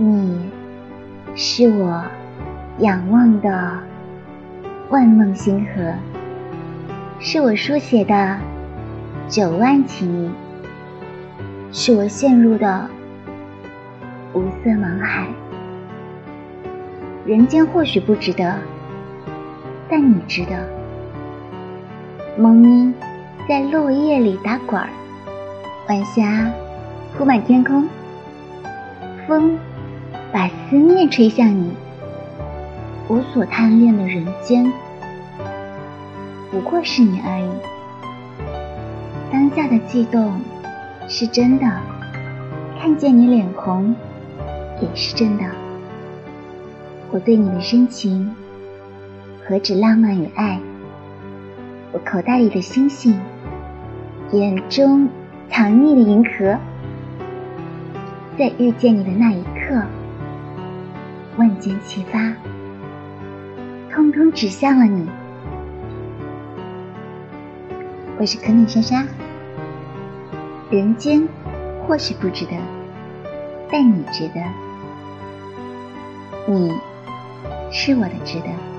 你是我仰望的万梦星河，是我书写的9万情意，是我陷入的无色茫海。人间或许不值得，但你值得。猫咪在落叶里打滚儿，晚霞铺满天空，风把思念吹向你。我所贪恋的人间，不过是你而已。当下的悸动是真的，看见你脸红也是真的。我对你的深情何止浪漫与爱，我口袋里的星星，眼中藏匿的银河，在遇见你的那一刻，万箭齐发，通通指向了你。我是可米莎莎，人间或许不值得，但你值得，你是我的值得。